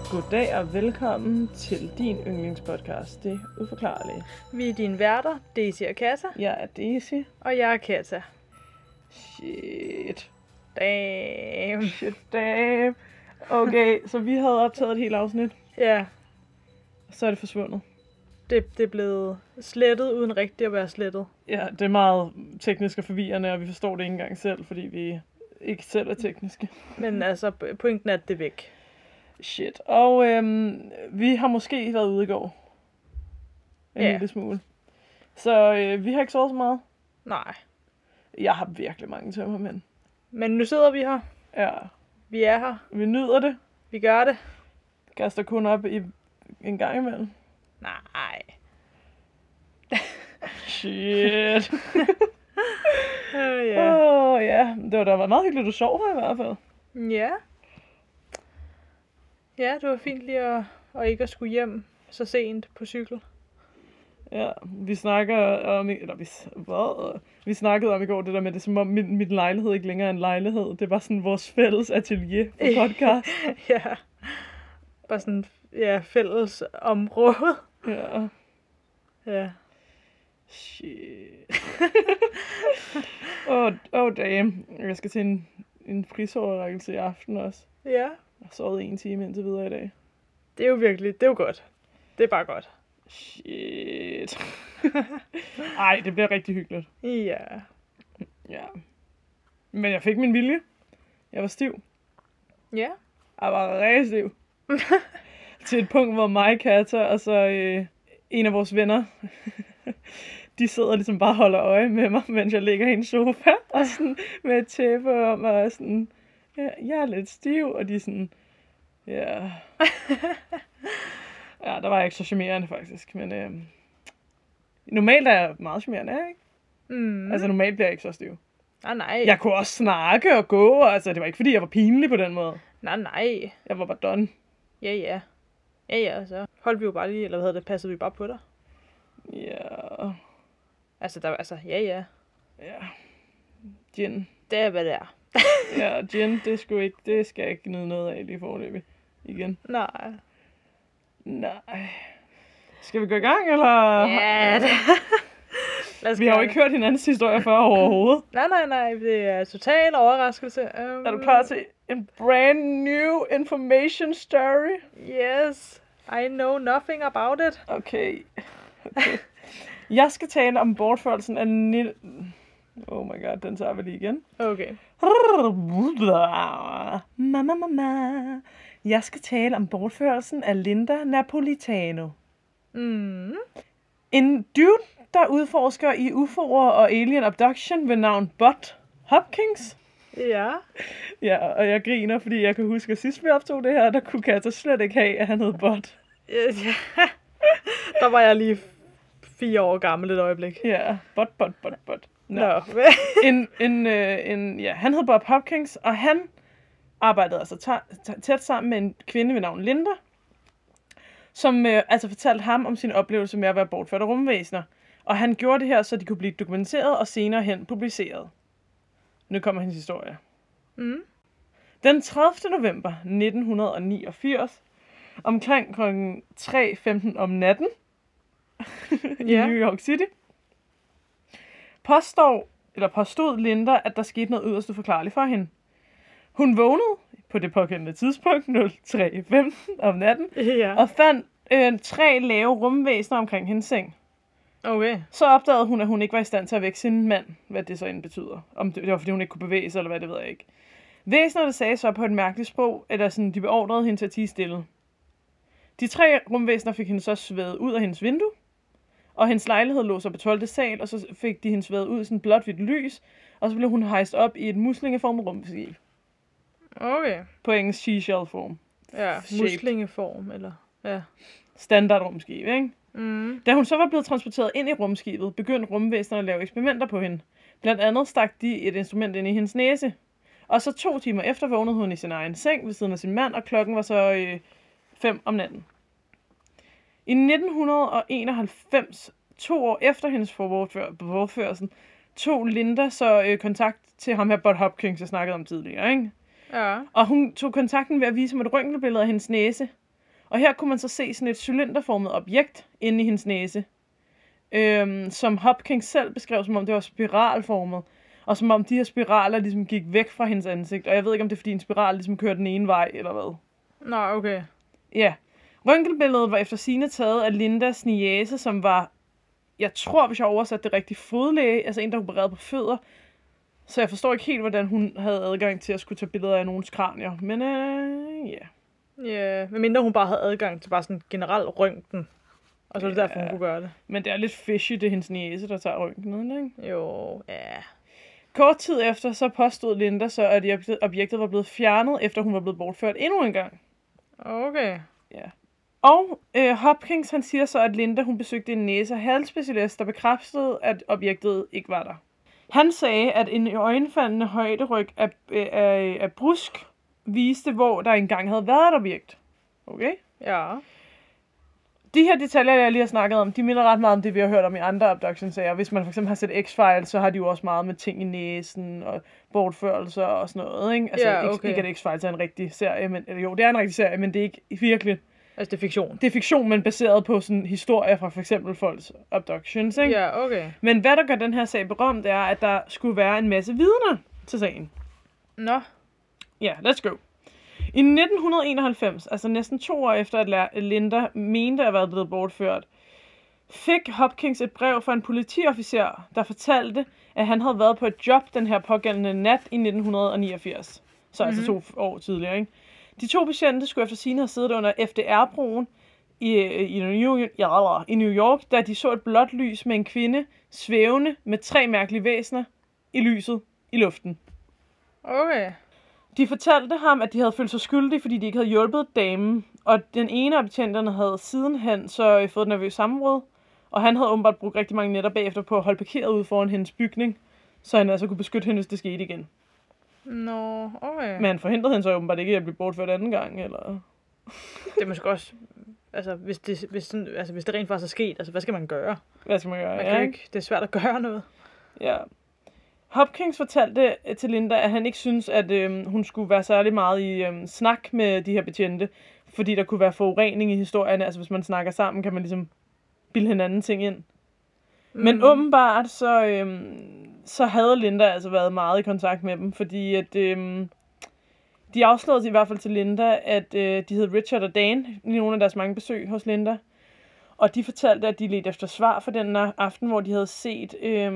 Goddag og velkommen til din yndlingspodcast, Det Uforklarlige. Vi er dine værter, Daisy og Kata. Jeg er Daisy. Og jeg er Kata. Shit. Damn. Damn. Okay, så vi havde optaget et helt afsnit. Ja. Så er det forsvundet. Det er blevet slettet, uden rigtigt at være slettet. Ja, det er meget teknisk og forvirrende, og vi forstår det ikke engang selv, fordi vi ikke selv er tekniske. Men altså, pointen er, at det er væk. Shit. Og vi har måske været ude i går. En lille smule. Så vi har ikke sovet så meget. Nej. Jeg har virkelig mange tømmermænd. Men nu sidder vi her. Ja. Vi er her. Vi nyder det. Vi gør det. Kaster kun op i en gang imellem. Nej. Shit. Ja. Ja. Det var da meget hyggeligt, du sov her i hvert fald. Ja. Ja, det var fint lige at ikke at skulle hjem så sent på cykel. Ja, vi snakkede om i går det der med, det som om min lejlighed ikke længere er en lejlighed. Det var sådan vores fælles atelier på podcast. Ja. Bare sådan, fælles område. Ja. Ja. Shit. Damn. Jeg skal til en frisoverrækkelse i aften også. Ja. Jeg har sovet 1 time indtil videre i dag. Det er jo virkelig, det er jo godt. Det er bare godt. Shit. Ej, det bliver rigtig hyggeligt. Ja. Ja. Men jeg fik min vilje. Jeg var stiv. Ja. Jeg var rigtig stiv. Til et punkt, hvor mig, Kata og så en af vores venner, de sidder ligesom bare og holder øje med mig, mens jeg ligger i en sofa, og sådan med et tæppe om, og sådan, jeg er lidt stiv, og de er sådan, ja. Ja, der var jeg ikke så charmerende faktisk, men normalt er jeg meget charmerende, ikke? Mm. Altså normalt bliver jeg ikke så stiv. Nej. Jeg kunne også snakke og gå, og altså det var ikke fordi, jeg var pinlig på den måde. Nej. Jeg var bare done. Ja, så holdt vi jo bare lige, eller hvad hedder det, passede vi bare på dig. Ja. Ja. Ja. Gin. Det er, hvad det er. Ja, gin, det skal jeg ikke nyde noget af lige foreløbig. Igen. Nej. Skal vi gå i gang, eller? Ja, Vi har jo ikke hørt hinandens historie før overhovedet. Nej, det er total overraskelse. Er du klar til en brand new information story? Yes, I know nothing about it. Okay. Jeg skal tale om bortførelsen af Oh my god, den tager vi lige igen. Okay. Mama. Jeg skal tale om bortførelsen af Linda Napolitano. Mm. En dude, der udforsker i UFO'er og alien abduction ved navn Bud Hopkins. Ja. Ja, og jeg griner, fordi jeg kan huske, at sidst vi optog det her, der kunne Kata slet ikke have, at han hed Bud. Ja. Der var jeg lige 4 år gammel et øjeblik. Ja, Bud. Nå. Han hed Bob Hopkins, og han arbejdede altså tæt sammen med en kvinde ved navn Linda, som fortalte ham om sin oplevelse med at være bortført af rumvæsener. Og han gjorde det her, så de kunne blive dokumenteret og senere hen publiceret. Nu kommer hans historie. Mm. Den 30. november 1989, omkring kl. 3:15 om natten, i New York City, påstod Linda, at der skete noget yderst uforklarligt for hende. Hun vågnede på det pågældende tidspunkt, 03:15 om natten, og fandt 3 lave rumvæsener omkring hendes seng. Okay. Så opdagede hun, at hun ikke var i stand til at vække sin mand, hvad det så end betyder. Om det var, fordi hun ikke kunne bevæge sig, eller hvad, det ved jeg ikke. Væsenerne sagde så på et mærkeligt sprog, eller sådan, de beordrede hende til at tie stille. De 3 rumvæsener fik hende så svævet ud af hendes vindue, og hendes lejlighed lå så på 12. sal, og så fik de hende svævet ud i sådan blåt-hvidt lys, og så blev hun hejst op i et muslingeformet rumskib. Okay. På engelsk seashell-form. Ja, muslingeform, eller... Ja. Standard rumskib, ikke? Mm. Da hun så var blevet transporteret ind i rumskibet, begyndte rumvæsenerne at lave eksperimenter på hende. Blandt andet stak de et instrument ind i hendes næse. Og så 2 timer efter vågnede hun i sin egen seng ved siden af sin mand, og klokken var så 5 om natten. I 1991, 2 år efter hendes bortførsel, tog Linda så kontakt til ham her Bud Hopkins, jeg snakkede om tidligere, ikke? Ja. Og hun tog kontakten ved at vise ham et røntgenbillede af hendes næse. Og her kunne man så se sådan et cylinderformet objekt inde i hendes næse, som Hopkins selv beskrev, som om det var spiralformet. Og som om de her spiraler ligesom gik væk fra hendes ansigt. Og jeg ved ikke, om det er, fordi en spiral ligesom kørte den ene vej, eller hvad. Nå, okay. Ja. Røntgenbilledet var efter sigende taget af Lindas niece, som var, jeg tror, hvis jeg oversat det rigtigt, fodlæge. Altså en, der opererede på fødder. Så jeg forstår ikke helt, hvordan hun havde adgang til at skulle tage billeder af nogens kranier. Men ja. Ja, medmindre hun bare havde adgang til bare sådan generel røntgen. Og så er det derfor, hun kunne gøre det. Men det er lidt fishy, det er hendes niece, der tager røntgen, ikke? Jo, ja. Kort tid efter, så påstod Linda så, at objektet var blevet fjernet, efter hun var blevet bortført endnu en gang. Okay. Ja. Og Hopkins, han siger så, at Linda, hun besøgte en næse- og halsspecialist, der bekræftede, at objektet ikke var der. Han sagde, at en øjenfaldende højderyg af brusk viste, hvor der engang havde været et objekt. Okay? Ja. De her detaljer, jeg lige har snakket om, de minder ret meget om det, vi har hørt om i andre abduction-sager. Hvis man for eksempel har set X-Files, så har de jo også meget med ting i næsen og bortførelser og sådan noget, ikke? Altså, ja, okay. Ikke at X-Files er en rigtig serie, men, eller jo, det er en rigtig serie, men det er ikke virkelig. Altså, det er fiktion. Det er fiktion, men baseret på sådan historier fra for eksempel folks abductions, ikke? Ja, okay. Men hvad der gør den her sag berømt, er, at der skulle være en masse vidner til sagen. Nå. Ja, let's go. I 1991, altså næsten 2 år efter, at Linda mente at være blevet bortført, fik Hopkins et brev fra en politiofficer, der fortalte, at han havde været på et job den her pågældende nat i 1989. Så altså 2 år tidligere, ikke? De 2 patienter skulle efter sigende have siddet under FDR-broen i New York, da de så et blåt lys med en kvinde svævende med 3 mærkelige væsener i lyset i luften. Okay. De fortalte ham, at de havde følt sig skyldige, fordi de ikke havde hjulpet damen, og den ene af betjenterne havde sidenhen så fået et nervøst sammenbrud, og han havde åbenbart brugt rigtig mange nætter bagefter på at holde parkeret ude foran hendes bygning, så han altså kunne beskytte hende, hvis det skete igen. Nå, okay. Men han forhindrede hende så åbenbart ikke at blive bortført anden gang, eller... Det er måske også... Altså, hvis det rent faktisk er sket, altså, hvad skal man gøre? Hvad skal man gøre? Man kan ikke... Det er svært at gøre noget. Ja. Hopkins fortalte til Linda, at han ikke synes, at hun skulle være særlig meget i snak med de her betjente, fordi der kunne være forurening i historierne. Altså, hvis man snakker sammen, kan man ligesom bilde hinanden ting ind. Men åbenbart, så havde Linda altså været meget i kontakt med dem, fordi at... De afslørede i hvert fald til Linda, at de hed Richard og Dan i nogle af deres mange besøg hos Linda. Og de fortalte, at de ledte efter svar for den aften, hvor de havde set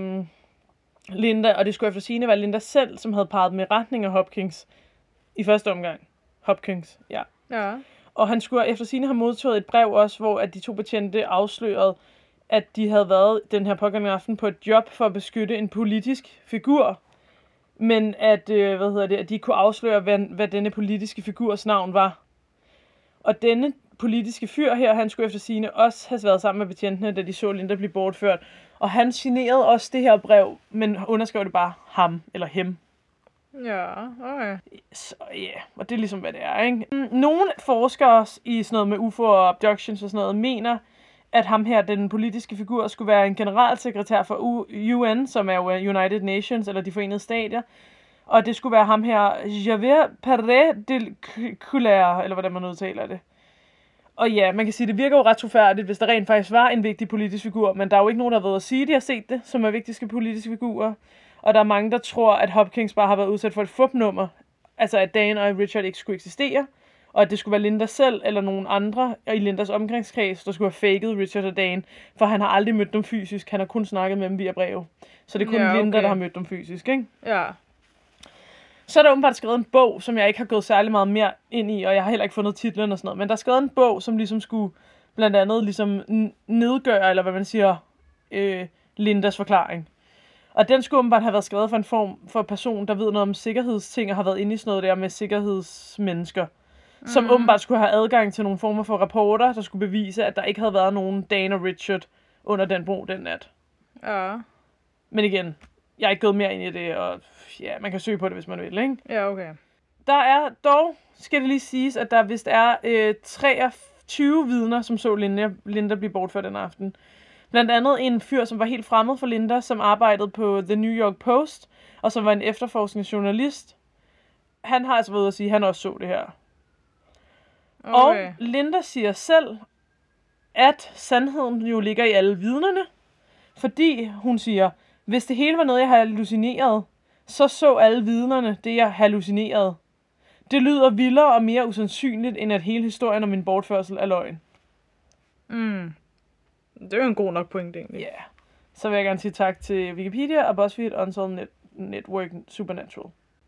Linda, og det skulle efter sigende være Linda selv, som havde peget dem i retning af Hopkins i første omgang. Hopkins, ja. Ja. Og han skulle efter sigende have modtaget et brev også, hvor at de 2 betjente afslørede, at de havde været den her pågældende aften på et job for at beskytte en politisk figur. Men at, at de kunne afsløre, hvad denne politiske figurs navn var. Og denne politiske fyr her, han skulle efter sigende også have været sammen med betjentene, da de så Linda blive bortført. Og han signerede også det her brev, men underskrev det bare ham eller hem. Ja, okay. Så ja, og det er ligesom, hvad det er, ikke? Nogle forskere i sådan noget med UFO og abductions og sådan noget, mener, at ham her, den politiske figur, skulle være en generalsekretær for UN, som er jo United Nations, eller de forenede stater. Og det skulle være ham her, Javier Pérez de Cuéllar, eller hvordan man udtaler det. Og ja, man kan sige, det virker jo ret troværdigt, hvis der rent faktisk var en vigtig politisk figur, men der er jo ikke nogen, der har været at sige, de har set det, som er vigtigste politiske figurer. Og der er mange, der tror, at Hopkins bare har været udsat for et fupnummer. Altså, at Dan og Richard ikke skulle eksistere. Og at det skulle være Linda selv, eller nogen andre i Lindas omgangskreds, der skulle have faked Richard og Dan. For han har aldrig mødt dem fysisk. Han har kun snakket med dem via brev. Så det er kun Linda, der har mødt dem fysisk, ikke? Ja. Så er der åbenbart skrevet en bog, som jeg ikke har gået særlig meget mere ind i, og jeg har heller ikke fundet titlen og sådan noget. Men der er skrevet en bog, som ligesom skulle blandt andet ligesom nedgøre, eller hvad man siger, Lindas forklaring. Og den skulle åbenbart have været skrevet for en form for person, der ved noget om sikkerhedsting, og har været inde i sådan noget der med sikkerhedsmennesker. Som åbenbart skulle have adgang til nogle former for rapporter, der skulle bevise, at der ikke havde været nogen Dan og Richard under den bro den nat. Ja. Men igen, jeg er ikke gået mere ind i det, og ja, man kan søge på det, hvis man vil, ikke? Ja, okay. Der er dog, skal det lige siges, at der vist er 23 vidner, som så Linda blive bortført den aften. Blandt andet en fyr, som var helt fremmed for Linda, som arbejdede på The New York Post, og som var en efterforskningsjournalist. Han har altså været at sige, at han også så det her. Okay. Og Linda siger selv, at sandheden jo ligger i alle vidnerne, fordi hun siger, hvis det hele var noget, jeg havde hallucineret, så alle vidnerne det, jeg hallucinerede. Det lyder vildere og mere usandsynligt, end at hele historien om min bortførsel er løgn. Det er jo en god nok pointe, egentlig. Ja. Yeah. Så vil jeg gerne sige tak til Wikipedia og BuzzFeed Unsolved Network Supernatural.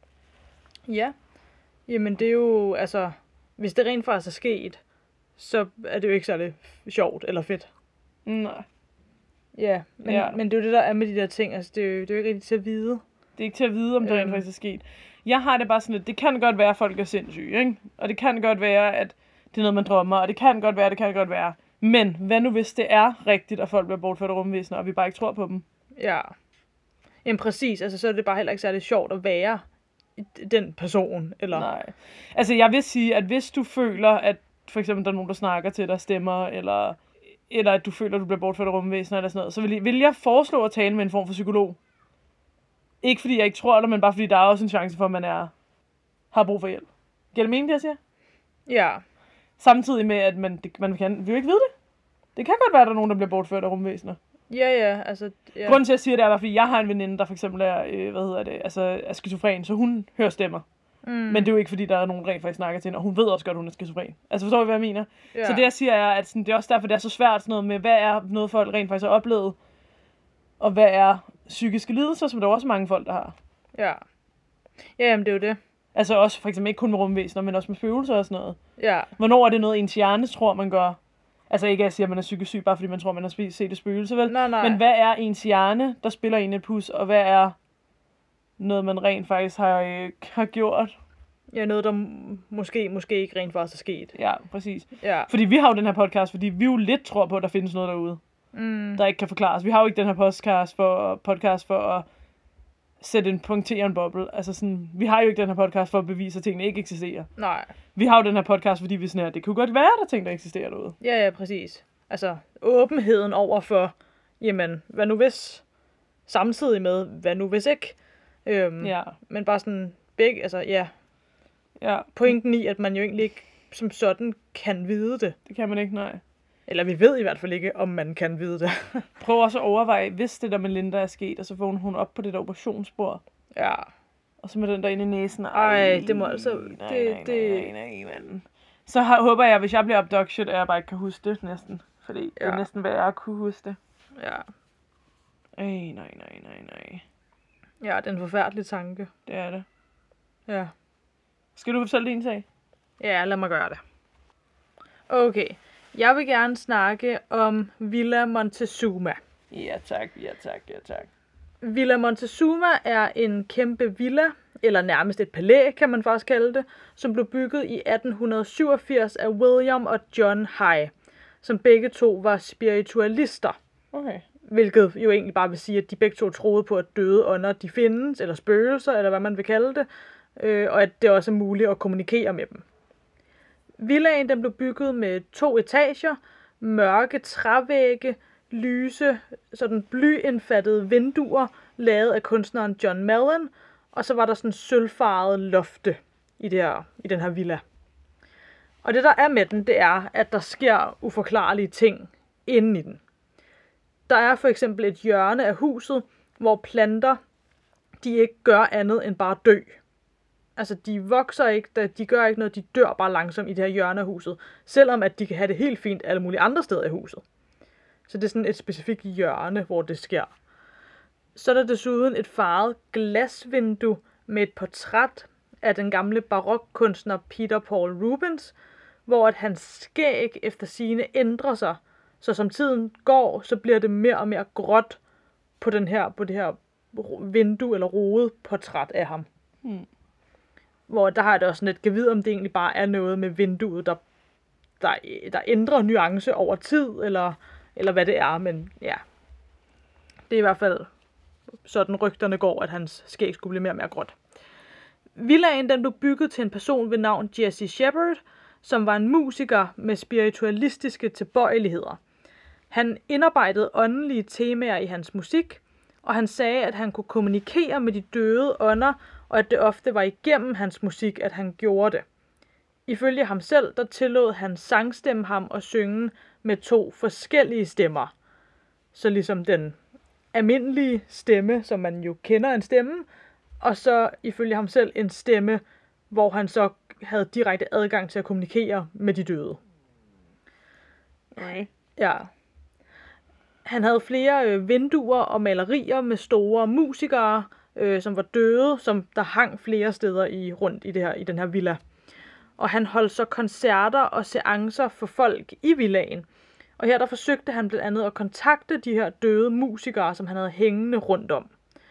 Ja. Jamen, det er jo, altså, hvis det rent faktisk er sket, så er det jo ikke særlig sjovt eller fedt. Nej. Ja, men det er jo det, der er med de der ting. Altså, det er jo ikke rigtig til at vide. Det er ikke til at vide, om det rent faktisk er sket. Jeg har det bare sådan lidt, det kan godt være, at folk er sindssyge, ikke? Og det kan godt være, at det er noget, man drømmer, og det kan godt være. Men hvad nu, hvis det er rigtigt, at folk bliver bortført af rumvæsener, og vi bare ikke tror på dem? Ja. Jamen præcis, altså så er det bare heller ikke særlig sjovt at være den person, eller... Nej. Altså jeg vil sige, at hvis du føler, at for eksempel der er nogen, der snakker til dig, stemmer, eller at du føler, at du bliver bortført af rumvæsener, eller sådan noget, så vil jeg foreslå at tale med en form for psykolog. Ikke fordi jeg ikke tror det, men bare fordi der er også en chance for, at man har brug for hjælp. Giver det mening, det jeg siger? Ja. Samtidig med, at vi jo ikke vide det. Det kan godt være, at der er nogen, der bliver bortført af rumvæsener. Ja, altså... Ja. Grunden til, at jeg siger det, er bare, fordi jeg har en veninde, der for eksempel er, er skizofren, så hun hører stemmer. Men det er jo ikke, fordi der er nogen, der rent faktisk snakker til hende, og hun ved også godt, at hun er skizofren. Altså, forstår I, hvad jeg mener? Ja. Så det, jeg siger, er, at sådan, det er også derfor, det er så svært sådan noget med, hvad er noget, folk rent faktisk har oplevet, og hvad er psykiske lidelser, som der er også mange folk, der har. Ja. Ja, jamen, det er jo det. Altså også for eksempel ikke kun med rumvæsener, men også med følelser og sådan noget. Ja. Hvornår er det noget, ens hjerne tror, man gør? Altså ikke at jeg siger, at man er psykisk syg, bare fordi man tror, man har set et spøgelse, vel? Nej. Men hvad er ens hjerne, der spiller en et pus, og hvad er noget, man rent faktisk har gjort? Ja, noget, der måske ikke rent faktisk er sket. Ja, præcis. Ja. Fordi vi har jo den her podcast, fordi vi jo lidt tror på, at der findes noget derude, der ikke kan forklares. Vi har jo ikke den her podcast for at sætte en punkterende boble. Altså sådan, vi har jo ikke den her podcast for at bevise, at tingene ikke eksisterer. Nej. Vi har jo den her podcast, fordi vi sådan her, det kunne godt være, at der ting, der eksisterer derude. Ja, præcis. Altså, åbenheden over for, jamen, hvad nu hvis? Samtidig med, hvad nu hvis ikke? Ja. Men bare sådan, begge, altså, ja. Pointen i, at man jo egentlig ikke som sådan kan vide det. Det kan man ikke, nej. Eller vi ved i hvert fald ikke, om man kan vide det. Prøv også at overveje, hvis det der med Linda er sket, og så vågner hun op på det der operationsbord. Ja. Og så med den der inde i næsen. Ej, det må altså... Nej, mand. Så håber jeg, hvis jeg bliver abducted, at jeg bare ikke kan huske det næsten. Fordi det er næsten værre at kunne huske det. Ja. Nej. Ja, det er en forfærdelig tanke. Det er det. Ja. Skal du fortælle din sag? Ja, lad mig gøre det. Okay. Jeg vil gerne snakke om Villa Montezuma. Ja tak. Villa Montezuma er en kæmpe villa, eller nærmest et palæ, kan man faktisk kalde det, som blev bygget i 1887 af William og John High, som begge to var spiritualister. Okay. Hvilket jo egentlig bare vil sige, at de begge to troede på, at døde ånder de findes, eller spøgelser, eller hvad man vil kalde det, og at det også er muligt at kommunikere med dem. Villaen den blev bygget med 2 etager, mørke trævægge, lyse, sådan blyindfattede vinduer, lavet af kunstneren John Mellon, og så var der sådan sølvfarvede lofte i den her villa. Og det der er med den, det er, at der sker uforklarlige ting inde i den. Der er for eksempel et hjørne af huset, hvor planter, de ikke gør andet end bare dø. Altså, de vokser ikke, de gør ikke noget, de dør bare langsomt i det her hjørne af huset, selvom at de kan have det helt fint alle mulige andre steder i huset. Så det er sådan et specifikt hjørne, hvor det sker. Så er der desuden et farvet glasvindue med et portræt af den gamle barokkunstner Peter Paul Rubens, hvor at hans skæg efter sigende ændrer sig, så som tiden går, så bliver det mere og mere gråt på det her vindue eller rodeportræt af ham. Hvor der har jeg det også sådan lidt gevid, om det egentlig bare er noget med vinduet, der ændrer nuance over tid, eller hvad det er, men ja. Det er i hvert fald sådan rygterne går, at hans skæg skulle blive mere og mere gråt. Villaen den blev bygget til en person ved navn Jesse Shepard, som var en musiker med spiritualistiske tilbøjeligheder. Han indarbejdede åndelige temaer i hans musik, og han sagde, at han kunne kommunikere med de døde ånder, og at det ofte var igennem hans musik, at han gjorde det. Ifølge ham selv, der tillod hans sangstemme ham at synge med 2 forskellige stemmer. Så ligesom den almindelige stemme, som man jo kender en stemme, og så ifølge ham selv en stemme, hvor han så havde direkte adgang til at kommunikere med de døde. Okay. Ja. Han havde flere vinduer og malerier med store musikere, som var døde, som der hang flere steder rundt i den her villa. Og han holdt så koncerter og seancer for folk i villaen. Og her der forsøgte han blandt andet at kontakte de her døde musikere, som han havde hængende rundt om.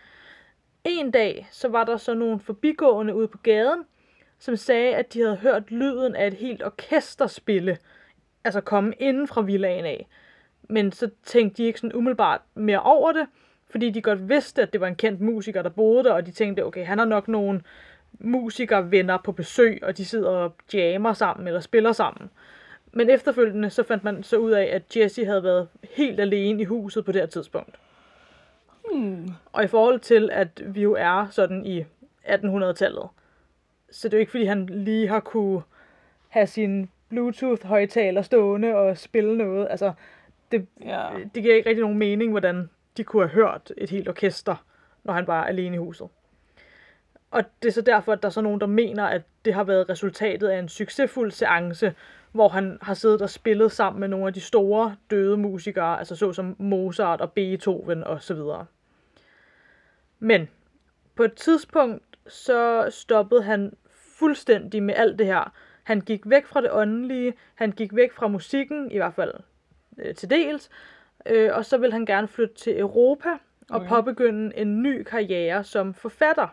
En dag, så var der så nogle forbigående ude på gaden, som sagde, at de havde hørt lyden af et helt orkester spille, altså komme inden fra villaen af. Men så tænkte de ikke sådan umiddelbart mere over det, fordi de godt vidste, at det var en kendt musiker, der boede der, og de tænkte, okay, han har nok nogle musikervenner på besøg, og de sidder og jammer sammen eller spiller sammen. Men efterfølgende så fandt man så ud af, at Jesse havde været helt alene i huset på det her tidspunkt. Og i forhold til, at vi jo er sådan i 1800-tallet, så det er jo ikke, fordi han lige har kunne have sin Bluetooth-højtaler stående og spille noget. Altså, det giver ikke rigtig nogen mening, hvordan de kunne have hørt et helt orkester, når han var alene i huset. Og det er så derfor, at der er så nogen, der mener, at det har været resultatet af en succesfuld seance, hvor han har siddet og spillet sammen med nogle af de store døde musikere, altså såsom Mozart og Beethoven og så videre. Men på et tidspunkt, så stoppede han fuldstændig med alt det her. Han gik væk fra det åndelige, han gik væk fra musikken, i hvert fald til dels, og så ville han gerne flytte til Europa og påbegynde en ny karriere som forfatter.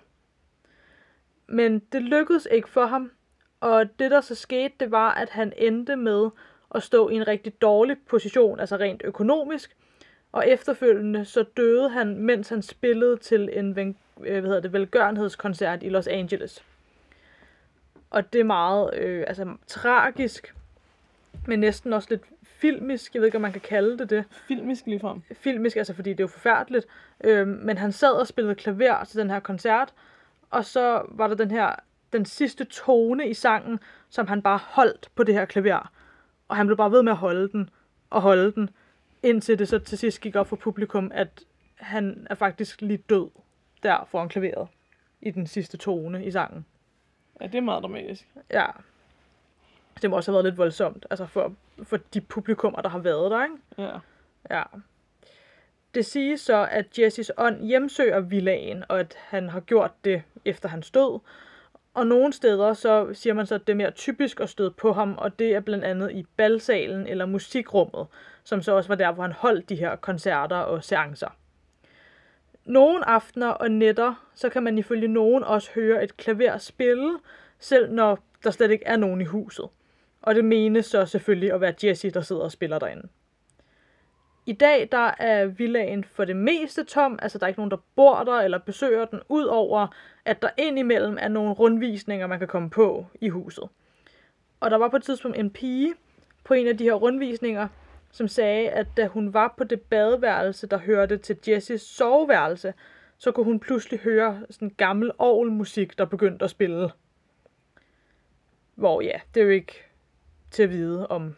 Men det lykkedes ikke for ham, og det der så skete, det var, at han endte med at stå i en rigtig dårlig position, altså rent økonomisk, og efterfølgende så døde han, mens han spillede til en velgørenhedskoncert i Los Angeles. Og det er meget tragisk, men næsten også lidt filmisk. Jeg ved ikke, om man kan kalde det. Filmisk ligefrem. Filmisk, altså fordi det er jo forfærdeligt. Men han sad og spillede klaver til den her koncert, og så var der den sidste tone i sangen, som han bare holdt på det her klaver. Og han blev bare ved med at holde den, indtil det så til sidst gik op for publikum, at han er faktisk lige død der foran klaveret i den sidste tone i sangen. Ja, det er meget dramatisk. Ja. Det må også have været lidt voldsomt, altså for de publikummer, der har været der, ikke? Ja. Ja. Det siges så, at Jesses ånd hjemsøger villaen, og at han har gjort det efter hans død. Og nogle steder, så siger man så, at det er mere typisk at støde på ham, og det er blandt andet i balsalen eller musikrummet, som så også var der, hvor han holdt de her koncerter og seancer. Nogle aftener og nætter, så kan man ifølge nogen også høre et klaver spille, selv når der slet ikke er nogen i huset. Og det menes så selvfølgelig at være Jesse, der sidder og spiller derinde. I dag, der er villaen for det meste tom, altså der er ikke nogen, der bor der eller besøger den, udover at der indimellem er nogle rundvisninger, man kan komme på i huset. Og der var på et tidspunkt en pige på en af de her rundvisninger, som sagde, at da hun var på det badeværelse, der hørte til Jesses soveværelse, så kunne hun pludselig høre sådan en gammel orgelmusik, der begyndte at spille. Hvor ja, det er jo ikke til at vide om,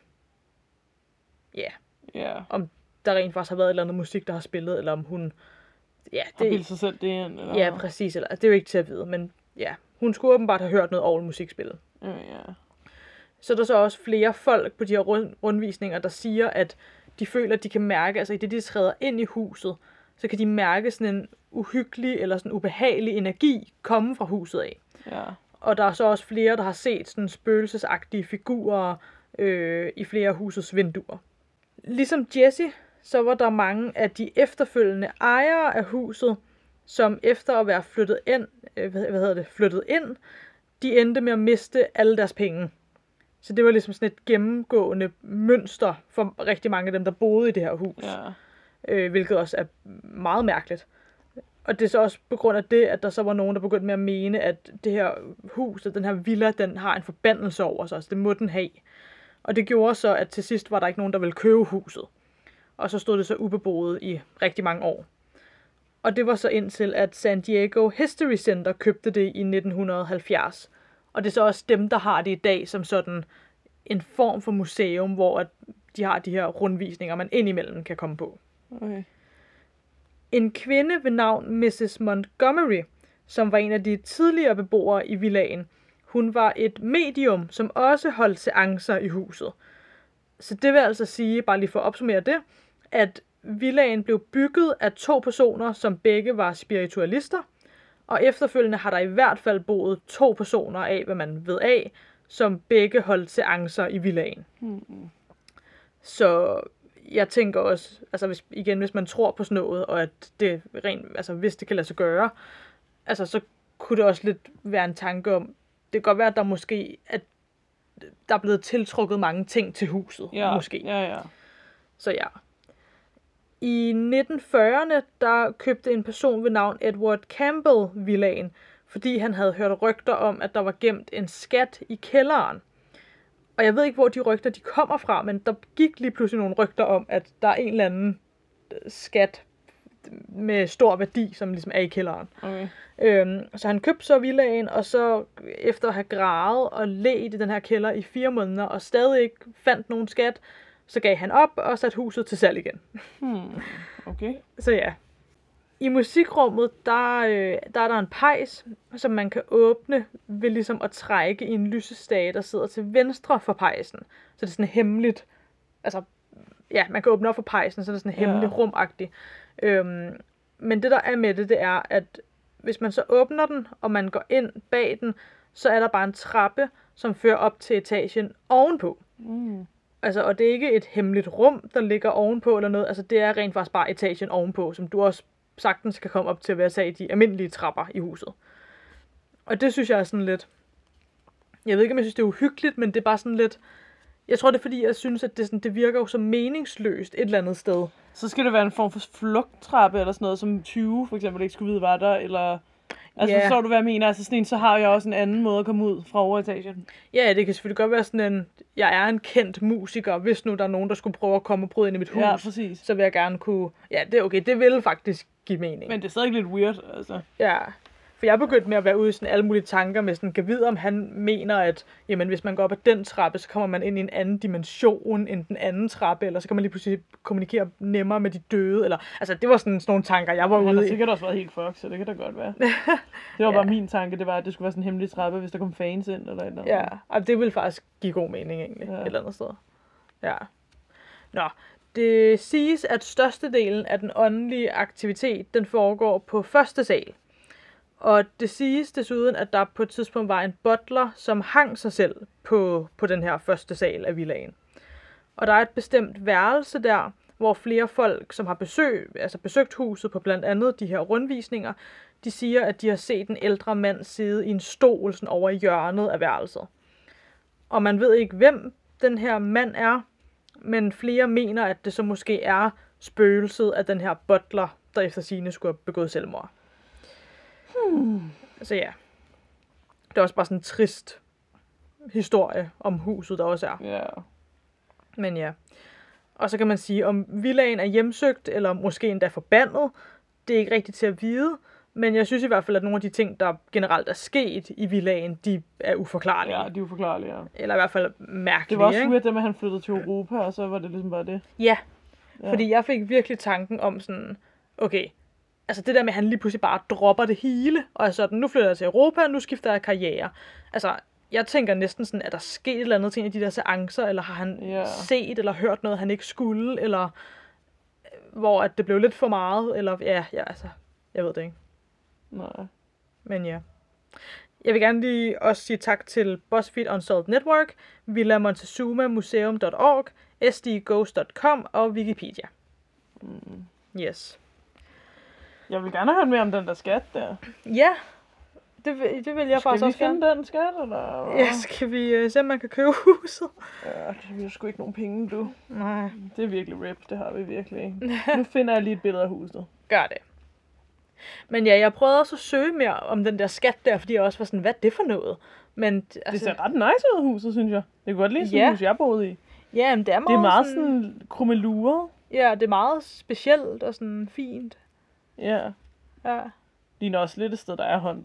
om der rent faktisk har været et eller andet musik, der har spillet, eller om hun har bildet sig selv det ind. Eller? Ja, præcis. Eller, det er jo ikke til at vide, men ja, hun skulle åbenbart have hørt noget orgelmusik spille. Ja. Så er der så også flere folk på de her rundvisninger, der siger, at de føler, at de kan mærke, altså i det, de træder ind i huset, så kan de mærke sådan en uhyggelig eller sådan ubehagelig energi komme fra huset af. Ja. Og der er så også flere, der har set sådan spøgelsesagtige figurer i flere af husets vinduer. Ligesom Jesse, så var der mange af de efterfølgende ejere af huset, som efter at være flyttet ind, de endte med at miste alle deres penge. Så det var ligesom sådan et gennemgående mønster for rigtig mange af dem, der boede i det her hus. Ja. Hvilket også er meget mærkeligt. Og det er så også på grund af det, at der så var nogen, der begyndte med at mene, at det her hus, den her villa, den har en forbandelse over sig. Så det må den have. Og det gjorde så, at til sidst var der ikke nogen, der ville købe huset. Og så stod det så ubeboet i rigtig mange år. Og det var så indtil, at San Diego History Center købte det i 1970. Og det er så også dem, der har det i dag som sådan en form for museum, hvor at de har de her rundvisninger, man indimellem kan komme på. Okay. En kvinde ved navn Mrs. Montgomery, som var en af de tidligere beboere i villaen, hun var et medium, som også holdt seancer i huset. Så det vil altså sige, bare lige for at opsummere det, at villaen blev bygget af 2 personer, som begge var spiritualister, og efterfølgende har der i hvert fald boet 2 personer af, hvad man ved af, som begge holdt seancer i villaen. Så jeg tænker også, altså hvis man tror på sådan noget, og at det rent, altså hvis det kan lade sig gøre, altså så kunne det også lidt være en tanke om, det kan godt være, at der måske, at der er blevet tiltrukket mange ting til huset, måske. Ja. Så ja. I 1940'erne, der købte en person ved navn Edward Campbell villaen, fordi han havde hørt rygter om, at der var gemt en skat i kælderen. Og jeg ved ikke, hvor de rygter de kommer fra, men der gik lige pludselig nogle rygter om, at der er en eller anden skat med stor værdi, som ligesom er i kælderen. Okay. Så han købte så villaen, og så efter at have gravet og ledt i den her kælder i 4 måneder, og stadig ikke fandt nogen skat, så gav han op og satte huset til salg igen. Okay. Så ja. I musikrummet, der er der en pejs, som man kan åbne ved ligesom at trække i en lysestage, der sidder til venstre for pejsen. Så det er sådan hemmeligt. Altså, ja, man kan åbne op for pejsen, så det er sådan hemmeligt rumagtigt. Men det der er med det er, at hvis man så åbner den, og man går ind bag den, så er der bare en trappe, som fører op til etagen ovenpå. Altså, og det er ikke et hemmeligt rum, der ligger ovenpå eller noget. Altså, det er rent faktisk bare etagen ovenpå, som du også sagtens kan komme op til ved at tage de almindelige trapper i huset. Og det synes jeg er sådan lidt... Jeg ved ikke, om jeg synes, det er uhyggeligt, men det er bare sådan lidt... Jeg tror, det er fordi, jeg synes, at det virker jo så meningsløst et eller andet sted. Så skal det være en form for flugttrappe eller sådan noget, som 20 for eksempel ikke skulle vide, var der, eller... Altså, så du, hvad jeg mener? Altså, sådan en, så har jeg også en anden måde at komme ud fra overetagen. Ja, det kan selvfølgelig godt være sådan en... Jeg er en kendt musiker, hvis nu der er nogen, der skulle prøve at komme og bryde ind i mit hus. Ja, præcis. Så vil jeg gerne kunne... Ja, det er okay. Det vil faktisk give mening. Men det er stadig lidt weird, altså. Ja, for jeg er begyndt med at være ude i sådan alle mulige tanker med sådan, kan vide, om han mener, at jamen, hvis man går op ad den trappe, så kommer man ind i en anden dimension end den anden trappe, eller så kan man lige pludselig kommunikere nemmere med de døde, eller... Altså, det var sådan nogle tanker, jeg var ude i. Han har sikkert også været helt fucked, så det kan da godt være. Det var bare min tanke, det var, at det skulle være sådan en hemmelig trappe, hvis der kom fans ind, eller et eller andet. Ja, og det ville faktisk give god mening, egentlig, et eller andet sted. Ja. Nå, det siges, at størstedelen af den åndelige aktivitet, den foregår på første sal. Og det siges desuden, at der på et tidspunkt var en butler, som hang sig selv på den her første sal af villaen. Og der er et bestemt værelse der, hvor flere folk, som har besøgt huset på blandt andet de her rundvisninger, de siger, at de har set en ældre mand sidde i en stol sådan over i hjørnet af værelset. Og man ved ikke, hvem den her mand er, men flere mener, at det så måske er spøgelset af den her butler, der efter sigende skulle have begået selvmord. Så ja. Det er også bare sådan en trist historie om huset, der også er. Ja. Men ja. Og så kan man sige, om villaen er hjemsøgt, eller måske endda forbandet, det er ikke rigtigt til at vide. Men jeg synes i hvert fald, at nogle af de ting, der generelt er sket i villaen, de er uforklarlige. Ja, de er uforklarlige, ja. Eller i hvert fald mærkelige, det var også ikke? weird, at han flyttede til Europa, og så var det ligesom bare det. Ja, fordi jeg fik virkelig tanken om sådan, okay, altså det der med, at han lige pludselig bare dropper det hele, og er sådan, nu flytter jeg til Europa, nu skifter jeg karriere. Altså, jeg tænker næsten sådan, at der sket et eller andet ting i de der seancer, eller har han set eller hørt noget, han ikke skulle, eller hvor at det blev lidt for meget, eller altså, jeg ved det ikke. Nej. Men ja. Jeg vil gerne lige også sige tak til BuzzFeed Unsolved Network, Villa Montezuma Museum.org, sdghost.com og Wikipedia. Yes. Jeg vil gerne høre mere om den der skat der. Ja, det vil jeg faktisk også gerne. Skal vi finde den skat, eller? Ja, skal vi se, om man kan købe huset? Ja, det er sgu ikke nogen penge, du. Nej. Det er virkelig rip, det har vi virkelig ikke. Nu finder jeg lige et billede af huset. Gør det. Men ja, jeg prøvede også at søge mere om den der skat der, fordi jeg også var sådan, hvad er det for noget? Men, altså, det ser ret nice ud, huset, synes jeg. Det kunne godt lide sådan et hus, jeg boede i. Ja, men det er meget, det er meget sådan krummeluret. Ja, det er meget specielt og sådan fint. Ja. Ja. Ligner også lidt et sted, der er håndtet.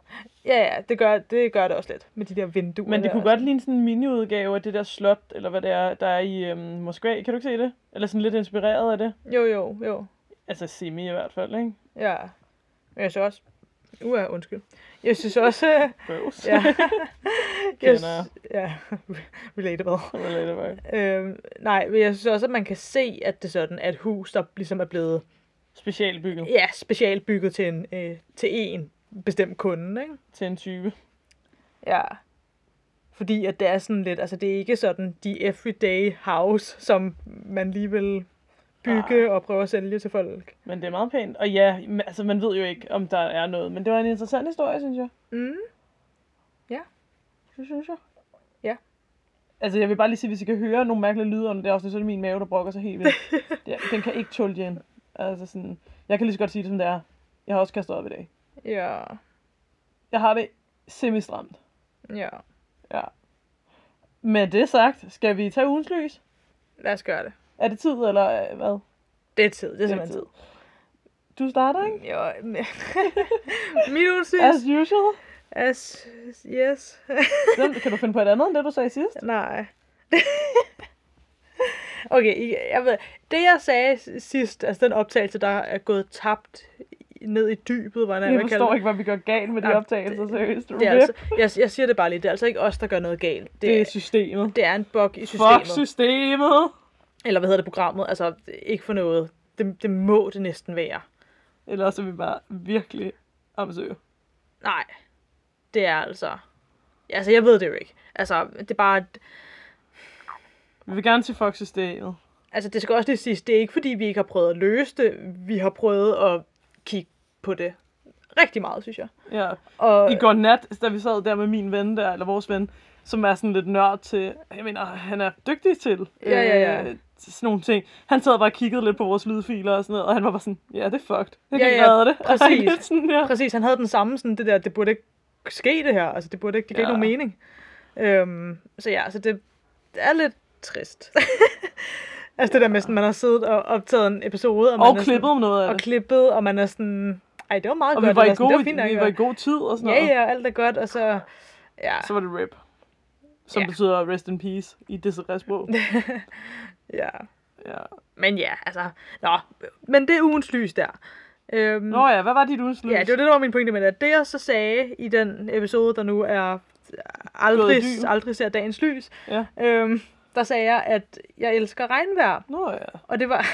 Ja, det gør det også lidt med de der vinduer. Men det kunne godt ligne sådan en mini-udgave af det der slot, eller hvad det er, der er i Moskva. Kan du ikke se det? Eller sådan lidt inspireret af det? Jo. Altså semi i hvert fald, ikke? Ja. Men jeg synes også... undskyld. Jeg synes også... Bøvs. Ja. Kender. Ja, relatable. Relatable. Nej, men jeg synes også, at man kan se, at det er sådan, at hus, der ligesom er blevet... Specialbygget. Ja, specialbygget til en bestemt kunde, ikke? Til en type. Ja. Fordi at det er sådan lidt... Altså, det er ikke sådan de everyday house, som man lige vil bygge og prøve at sælge til folk. Men det er meget pænt. Og ja, altså man ved jo ikke, om der er noget. Men det var en interessant historie, synes jeg. Mm. Ja. Det synes jeg. Ja. Altså jeg vil bare lige sige, hvis I kan høre nogle mærkelige lyde under det afsnit, så er det min mave, der brokker sig helt vildt. Den kan ikke tåle igen. Altså sådan, jeg kan lige så godt sige det, som det er. Jeg har også kastet op i dag. Ja. Jeg har det semi-stramt. Ja. Ja. Med det sagt, skal vi tage ugens lys? Lad os gøre det. Er det tid, eller hvad? Det er tid. Det er simpelthen tid. Du starter, ikke? Jo. Min ugens lys. As usual. Yes. Kan du finde på et andet, end det du sagde sidst? Nej. Okay, jeg ved, det jeg sagde sidst, altså den optagelse, der er gået tabt ned i dybet, hvordan jeg forstår ikke, hvad vi gør galt med de optagelser, seriøst. Det er altså, jeg siger det bare lige, det er altså ikke os, der gør noget galt. Det er systemet. Det er en bug i systemet. Fuck systemet! Eller hvad hedder det, programmet? Altså, ikke for noget. Det må det næsten være. Ellers er vi bare virkelig amatører. Nej. Det er altså... Altså, jeg ved det jo ikke. Altså, det er bare... Vi vil gerne sige fuck systemet. Altså, det skal også lige siges, det er ikke fordi, vi ikke har prøvet at løse det. Vi har prøvet at kigge på det rigtig meget, synes jeg. Ja. Og... I går nat, da vi sad der med min ven der, eller vores ven, som er sådan lidt nørd til... Jeg mener, han er dygtig til Ja. sådan nogle ting. Han sad bare og kiggede lidt på vores lydfiler og sådan noget, og han var bare sådan, ja, det er fucked. Jeg kan ikke redde det. Præcis. Sådan, ja. Præcis, han havde den samme sådan, det der, det burde ikke ske det her. Altså, det burde ikke, det gav ikke nogen mening. Så ja, så det er lidt trist. Altså det der med, sådan, man har siddet og optaget en episode. Og klippet om noget af det. Og klippet, og man er sådan... Ej, det var meget og godt. Vi var, vi var i god tid og sådan noget. Ja, alt er godt, og så... Ja. Så var det RIP. Som betyder rest in peace i Desiree-sprog. Ja. Ja. Men ja, altså... Nå, men det er ugens lys der. Nå ja, hvad var dit ugens lys? Ja, det var det, der var min pointe med det. Det jeg så sagde i den episode, der nu er aldrig ser dagens lys, der sagde jeg, at jeg elsker regnvejr. Nå ja. Og det var...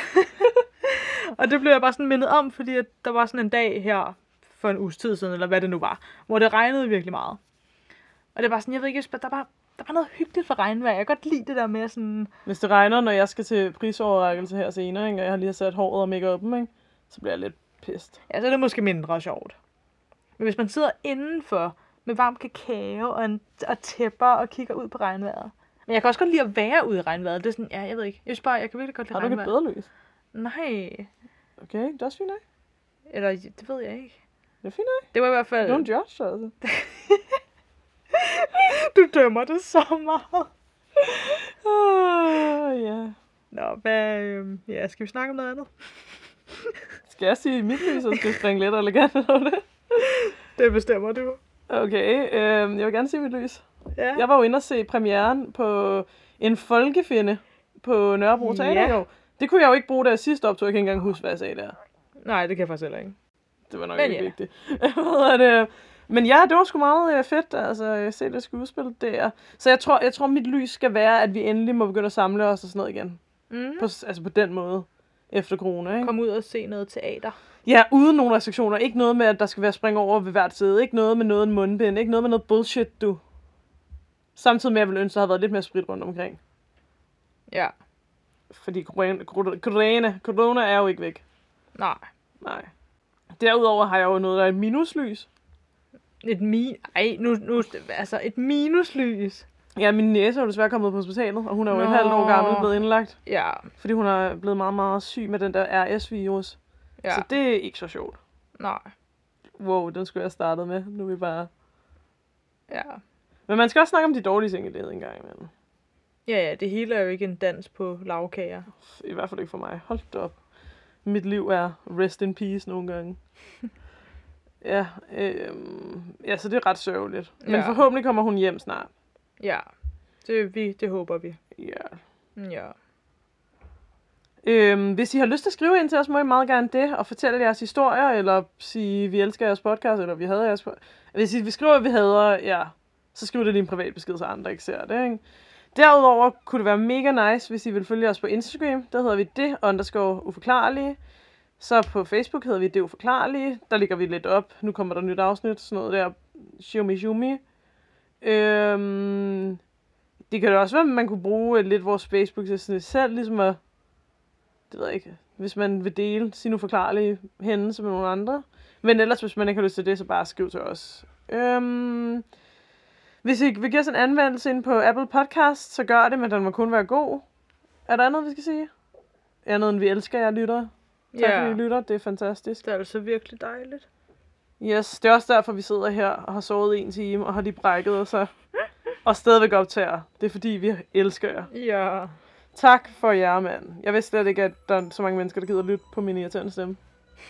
og det blev jeg bare sådan mindet om, fordi at der var sådan en dag her for en uges tid siden, eller hvad det nu var, hvor det regnede virkelig meget. Og det var sådan, jeg ved ikke, der var noget hyggeligt for regnvejr. Jeg kan godt lide det der med sådan... Hvis det regner, når jeg skal til prisoverrækkelse her senere, ikke, og jeg har lige sat håret og make-up'en, ikke, så bliver jeg lidt pissed. Ja, så er det måske mindre sjovt. Men hvis man sidder indenfor med varm kakao og tæpper og kigger ud på regnvejret. Men jeg kan også godt lide at være ude i regnvejret. Det er sådan, ja, jeg ved ikke. Jeg kan virkelig godt lide regnvejret. Har du ikke bedre lys? Nej. Okay, det er også fint, ikke? Eller, det ved jeg ikke. Det er fint, ikke? Det var i hvert fald... Don't judge, altså. Du dømmer det så meget. Ja. Nå, hvad... skal vi snakke om noget andet? Skal jeg sige mit lys, og skal jeg springe lidt elegant over det? Det bestemmer du. Okay, jeg vil gerne sige mit lys. Ja. Jeg var jo inde og se premieren på En Folkefinde på Nørrebro Teater. Det kunne jeg jo ikke bruge, da jeg sidst optog. Jeg kan ikke engang huske, hvad jeg sagde der. Nej, det kan jeg faktisk heller ikke. Det var nok ikke vigtigt. Men ja, det var sgu meget fedt, altså at se det skuespil der. Så jeg tror, mit lys skal være, at vi endelig må begynde at samle os og sådan noget igen. På den måde. Efter corona, ikke? Kom ud og se noget teater. Ja, uden nogen restriktioner. Ikke noget med, at der skal være spring over ved hvert side. Ikke noget med noget mundbind. Ikke noget med noget bullshit, du. Samtidig med, at jeg ville ønske, at der havde været lidt mere sprit rundt omkring. Ja. Fordi corona er jo ikke væk. Nej. Derudover har jeg jo noget, der er et minuslys. Et minuslys. Ja, min næse er jo desværre kommet på hospitalet, og hun er jo et halvt år gammel blevet indlagt. Ja. Fordi hun er blevet meget, meget syg med den der RS-virus. Ja. Så det er ikke så sjovt. Nej. Wow, den skulle jeg have startet med. Nu er vi bare... Ja. Men man skal også snakke om de dårlige ting i livet en gang imellem. Ja, det hele er jo ikke en dans på lavkager. I hvert fald ikke for mig. Hold da op. Mit liv er rest in peace nogle gange. Ja, ja, så det er ret sørgeligt. Men forhåbentlig kommer hun hjem snart. Ja, det håber vi. Ja. Hvis I har lyst til at skrive ind til os, må I meget gerne det, og fortælle jeres historier, eller sige, vi elsker jeres podcast, eller vi hader jeres podcast. Hvis I skriver, at vi hader, så skriv det lige en privat besked, så andre ikke ser det, ikke? Derudover kunne det være mega nice, hvis I vil følge os på Instagram. Der hedder vi det_uforklarlige. Så på Facebook hedder vi det uforklarlige. Der ligger vi lidt op. Nu kommer der et nyt afsnit, sådan noget der. Shumi. Det kan da også være, at man kunne bruge lidt vores Facebook til sådan selv, ligesom at, det ved jeg ikke, hvis man vil dele sin uforklarlige hændelse med nogle andre. Men ellers, hvis man ikke har lyst til det, så bare skriv til os. Hvis I vil give os en anmeldelse ind på Apple Podcast, så gør det, men den må kun være god. Er der andet, vi skal sige? Andet end vi elsker jer lyttere. Tak fordi I lytter, det er fantastisk. Det er altså virkelig dejligt. Yes, det er også derfor, vi sidder her og har sovet 1 time og har lige brækket os og stadigvæk optager. Det er fordi, vi elsker jer. Ja. Tak for jer, mand. Jeg vidste slet ikke, at der er så mange mennesker, der gider lytte på min irriterende stemme.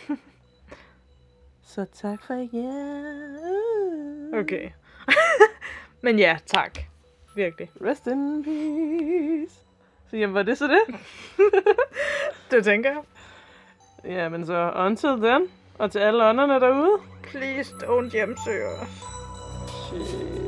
Så tak for jer. Okay. Men ja, tak. Virkelig. Rest in peace. Så jamen, var det så det? Det tænker jeg. Ja, men så until then. Og til alle ånderne derude. Please don't hjemsøge os. Shit.